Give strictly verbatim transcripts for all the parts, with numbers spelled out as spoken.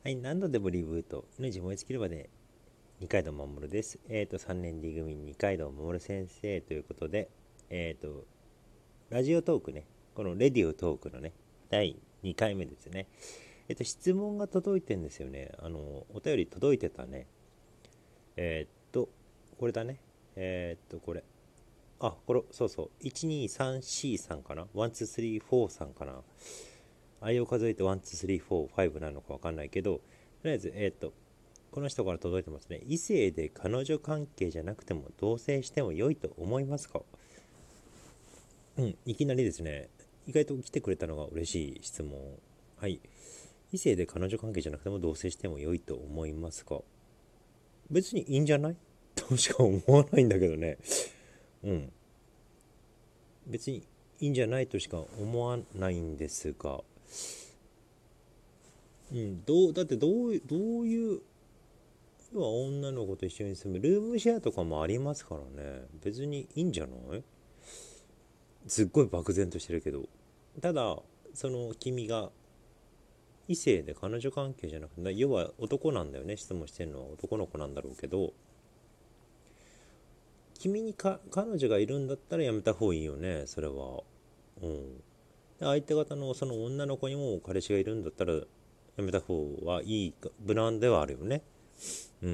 はい、何度でもリブート。命燃え尽きるまで二階堂守です。えっ、ー、と、さんねん D 組二階堂守先生ということで、えっ、ー、と、ラジオトークね、このレディオトークのね、だいにかいめですね。えっ、ー、と、質問が届いてんですよね。あの、お便り届いてたね。えっ、と、これだね。えっ、と、これ。あ、これ、そうそう。いちにさんシー さんかな ?いち、に、さん、よんさんかな。あれを数えていち、に、さん、よん、ごなのかわかんないけど、とりあえず、えっ、と、この人から届いてますね。異性で彼女関係じゃなくても同棲しても良いと思いますか？うん、いきなりですね。意外と来てくれたのが嬉しい質問。はい。異性で彼女関係じゃなくても同棲しても良いと思いますか？別にいいんじゃないとしか思わないんだけどね。うん。別にいいんじゃないとしか思わないんですが。うん。どう、だってどう、どういう、要は女の子と一緒に住むルームシェアとかもありますからね。別にいいんじゃない？すっごい漠然としてるけど、ただその君が異性で彼女関係じゃなくて、要は男なんだよね、質問してるのは男の子なんだろうけど、君にか彼女がいるんだったらやめた方がいいよね、それは。うん。相手方のその女の子にも彼氏がいるんだったらやめた方はいい無難ではあるよね。うん。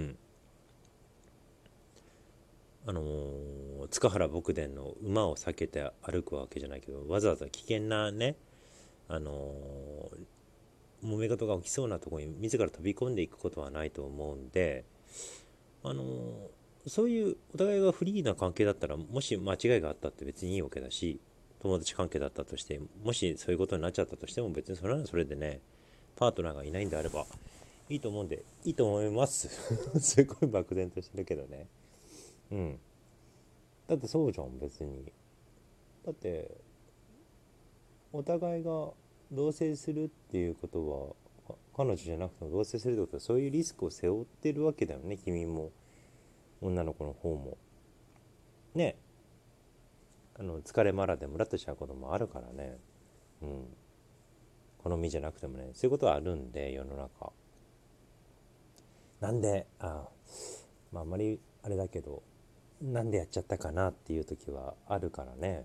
あのー塚原牧伝の馬を避けて歩くわけじゃないけど、わざわざ危険なね、あのー揉め事が起きそうなところに自ら飛び込んでいくことはないと思うんで、あのそういうお互いがフリーな関係だったら、もし間違いがあったって別にいいわけだし、友達関係だったとして、もしそういうことになっちゃったとしても、別にそれはそれでね、パートナーがいないんであればいいと思うんで、いいと思いますすごい漠然としてるけどね。うん。だってそうじゃん、別に。だってお互いが同棲するっていうことは、彼女じゃなくても同棲するってことは、そういうリスクを背負ってるわけだよね、君も女の子の方もね。あの疲れまらでムラっとしちゃうこともあるからね。うん。好みじゃなくてもね、そういうことはあるんで、世の中。なんで、あまああんまりあれだけど、なんでやっちゃったかなっていう時はあるからね。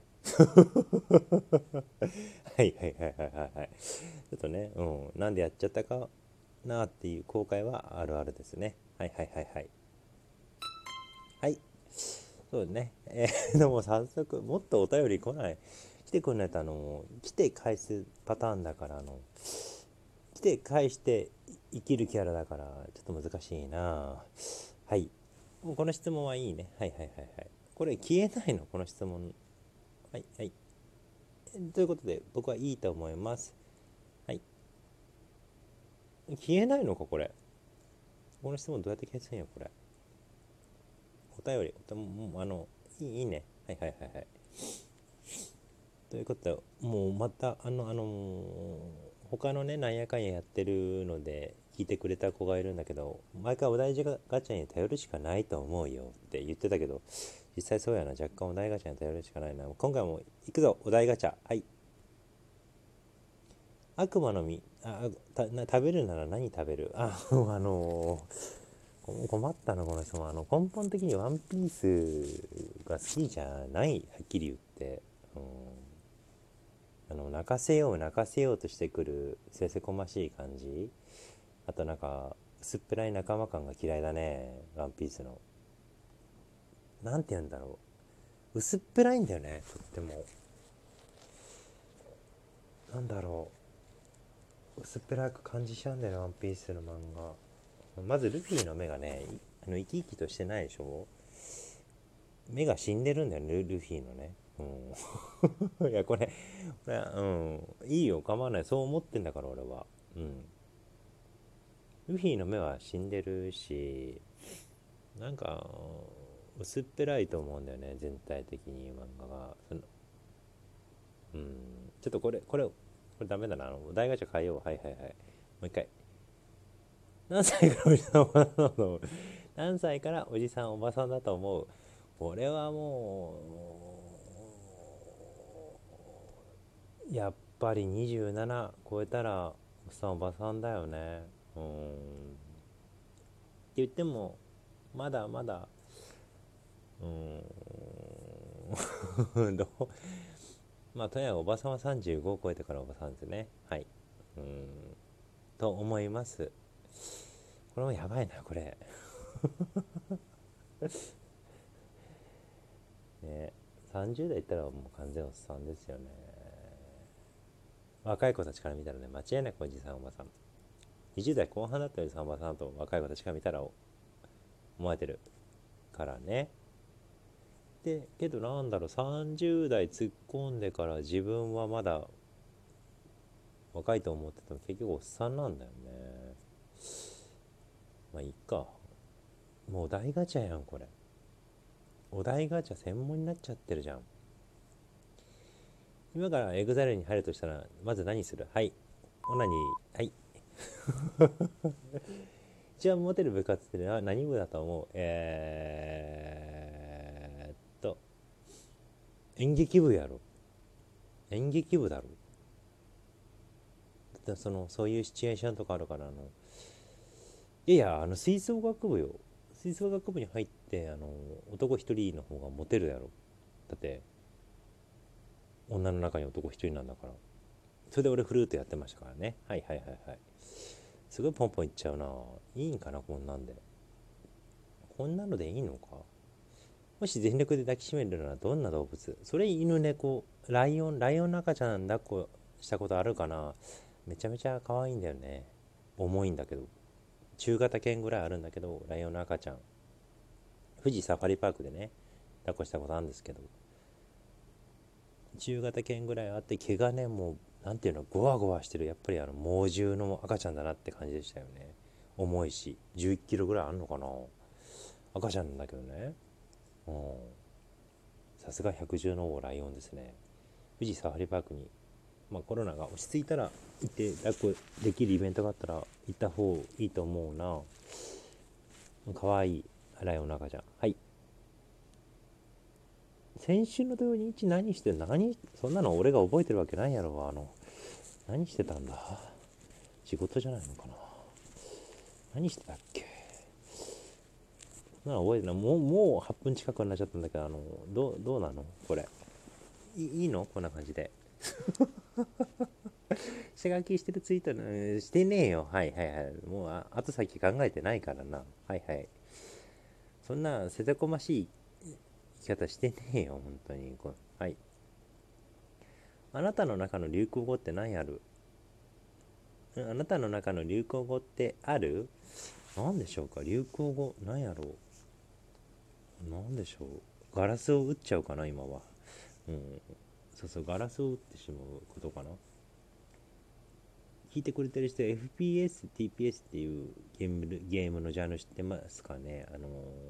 はいはいはいはいはいはい。ちょっとね、うん、なんでやっちゃったかなっていう後悔はあるあるですね。はいはいはいはい。はい。そうね。えー、でも早速、もっとお便り来ない。来てくんないと、あの、来て返すパターンだから、あの、来て返して生きるキャラだから、ちょっと難しいな。はい。もうこの質問はいいね。はいはいはいはい。これ消えないのこの質問。はいはい。ということで、僕はいいと思います。はい。消えないのかこれ。この質問どうやって消すんよ、これ。お便り、おたもうあの、いいいいね。はいはいはいはい。ということで、もうまた、あの、あのー他のね、なんやかんややってるので、聞いてくれた子がいるんだけど、毎回お題ガガチャに頼るしかないと思うよって言ってたけど、実際そうやな、若干お題ガチャに頼るしかないな。今回も行くぞ、お題ガチャ。はい。悪魔の実、あ、たな食べるなら何食べる？あ、あのー困ったな、この人も。あの、根本的にワンピースが好きじゃない、はっきり言って。うん、あの泣かせよう泣かせようとしてくるせせこましい感じ、あとなんか薄っぺらい仲間感が嫌いだね、ワンピースの。なんて言うんだろう、薄っぺらいんだよね、とっても。なんだろう、薄っぺらく感じちゃうんだよね、ワンピースの漫画。まずルフィの目がね、あの生き生きとしてないでしょ。目が死んでるんだよね、ルルフィのね。うん、いやこれ、これうん、いいよ、構わない、そう思ってんだから俺は。うん、ルフィの目は死んでるし、なんか薄っぺらいと思うんだよね、全体的に漫画が。そのうん、ちょっとこれこれこれダメだな、あの大ガチャ変えよう。はいはいはい。もう一回。何歳からおじさんおばさんだと思う？何歳からおじさんおばさんだと思う？俺はもうやっぱりにじゅうなな超えたらおっさんおばさんだよね。 うーんって言ってもまだまだうーんどうまあとにかくおばさんはさんじゅうごを超えてからおばさんですね。はい。うーんと思います。これもやばいなこれね。さんじゅう代いったらもう完全おっさんですよね。若い子たちから見たらね、間違いなくおじさんおばさん。にじゅう代後半だったおじさんおばさんと若い子たちから見たら思われてるからね。でけどなんだろう、さんじゅう代突っ込んでから自分はまだ若いと思ってても結局おっさんなんだよね。まあいいか。もうお題ガチャやんこれ。お題ガチャ専門になっちゃってるじゃん。今からエグザイルに入るとしたらまず何する？はい、オナニー。はい。一番モテる部活って何部だと思う？えーっと演劇部やろ。演劇部だろ。だってそのそういうシチュエーションとかあるから、あのいやいや、あの吹奏楽部よ。吹奏楽部に入ってあの男一人の方がモテるやろ。だって女の中に男一人なんだから。それで俺フルートやってましたからね。はいはいはいはい。すごいポンポンいっちゃうな。いいんかなこんなんで。こんなのでいいのか。もし全力で抱きしめるならどんな動物？それ犬猫ライオン。ライオンの赤ちゃん抱っこしたことあるかな。めちゃめちゃ可愛いんだよね。重いんだけど。中型犬ぐらいあるんだけど、ライオンの赤ちゃん富士サファリパークでね抱っこしたことあるんですけど、中型犬ぐらいあって、毛がねもうなんていうの、ゴワゴワしてる、やっぱりあの猛獣の赤ちゃんだなって感じでしたよね。重いしじゅういちキロぐらいあるのかな。赤ちゃんなんだけどね。うん、さすが百獣の王ライオンですね。富士サファリパークに、まあ、コロナが落ち着いたら行って抱っこできるイベントがあったら行った方いいと思うな。かわいいライオンの赤ちゃん。はい。先週の土曜日何してん、何そんなの俺が覚えてるわけないやろ。あの何してたんだ。仕事じゃないのかな。何してたっけ。そんなの覚えてない。もうもうはっぷん近くになっちゃったんだけど、あのどうどうなのこれ。いいいのこんな感じで。下書きしてるツイートのしてねえよ。はいはいはい。もうあ後先考えてないからな。はいはい。そんなせせこましい生き方してねえよ本当に。こはい。あなたの中の流行語って何やる？あなたの中の流行語ってある？何でしょうか。流行語何やろう。何でしょう。ガラスを打っちゃうかな今は。うん。そうそう、ガラスを打ってしまうことかな。聞いてくれてる人 エフピーエス、ティーピーエス っていうゲームゲームのジャンル知ってますかね。あのー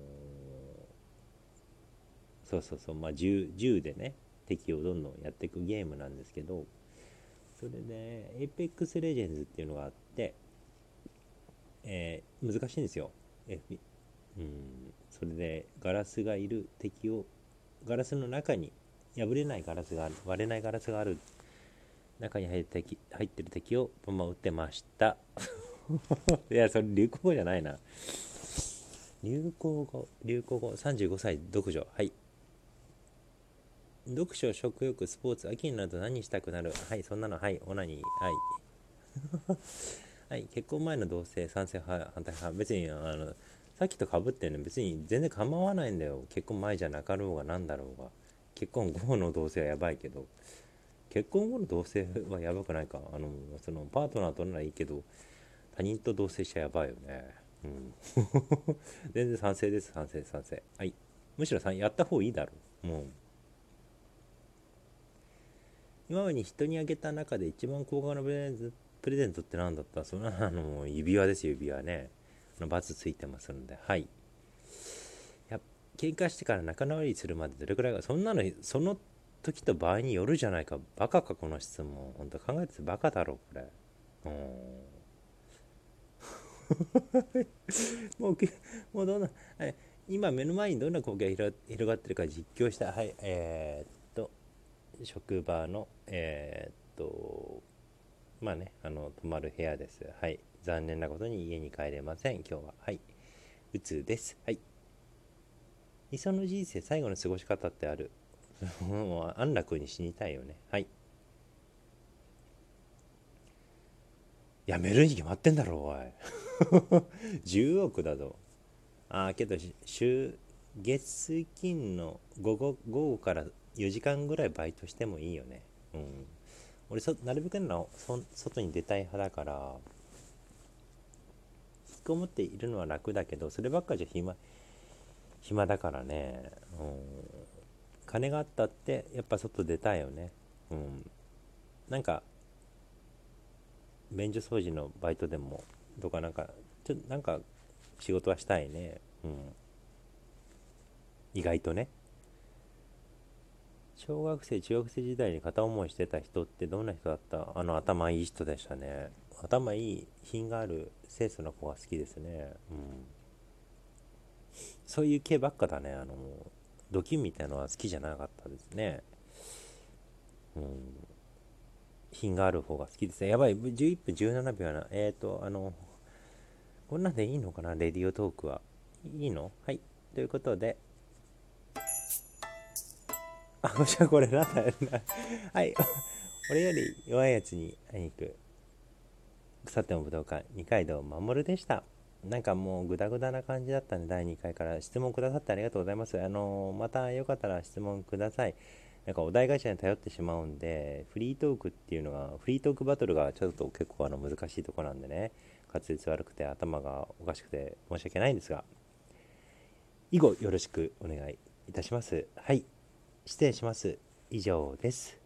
そうそうそう、まあ銃、銃でね敵をどんどんやっていくゲームなんですけど、それで Apex Legends っていうのがあって、えー難しいんですよ。F うんそれでガラスがいる敵を、ガラスの中に破れないガラスがある、割れないガラスがある中に入って敵入ってる敵をバンバン撃ってました。いやそれ流行語じゃないな。流行語流行語。さんじゅうごさい読女。はい。読書、食欲、スポーツ。秋になると何したくなる？はい、そんなの。はい、オナニー。はい。はい、結婚前の同性、賛成派、反対派。別に、あの、さっきと被ってるの別に全然構わないんだよ。結婚前じゃなかろうがなんだろうが。結婚後の同性はやばいけど、結婚後の同性はやばくないか。あの、その、パートナーとならいいけど、他人と同棲しちゃやばいよね。うん。全然賛成です、賛成、賛成。はい。むしろさやった方がいいだろう。もう。今までに人にあげた中で一番高価なプレゼントプレゼントって何だった？それはあの指輪ですよ、指輪ね。あのバツついてますので。はい。や喧嘩してから仲直りするまでどれくらいか、そんなのその時と場合によるじゃないか。バカかこの質問。本当考えててバカだろこれ。うん。もうもうどんな、はい、今目の前にどんな光景が広がってるか実況した。はい。えー、っと職場のえー、っとまあね、あの泊まる部屋です。はい、残念なことに家に帰れません今日は。はい、鬱です。はい、理想の人生最後の過ごし方ってある？もう安楽に死にたいよね。はい、やめるに決まってんだろおい。じゅうおくだぞ。ああけど週月金の午後午後からよじかんぐらいバイトしてもいいよね。うん、俺そなるべくならそ外に出たい派だから、引きこもっているのは楽だけど、そればっかじゃ暇暇だからね。うん、金があったってやっぱ外出たいよね。うん、なんか便所掃除のバイトでもとかなんかちょなんか仕事はしたいね。うん、意外とね。小学生中学生時代に片思いしてた人ってどんな人だった？あの頭いい人でしたね。頭いい品がある清楚な子が好きですね。うん、そういう系ばっかだね。あのドキュンみたいなのは好きじゃなかったですね。うん、品がある方が好きですね。やばい、じゅういっぷんじゅうななびょうやな。えっ、ー、とあのこんなんでいいのかな、レディオトークは。いいの？はい、ということで、あ、じゃあこれなんだよな。はい、俺より弱いやつに会いに行く草手の武道館二階堂守でした。なんかもうグダグダな感じだったんで、だいにかいから質問くださってありがとうございます。あのーまたよかったら質問ください。なんかお題ガチャに頼ってしまうんで、フリートークっていうのが、フリートークバトルがちょっと結構あの難しいところなんでね、滑舌悪くて頭がおかしくて申し訳ないんですが、以後よろしくお願いいたします。はい、失礼します。以上です。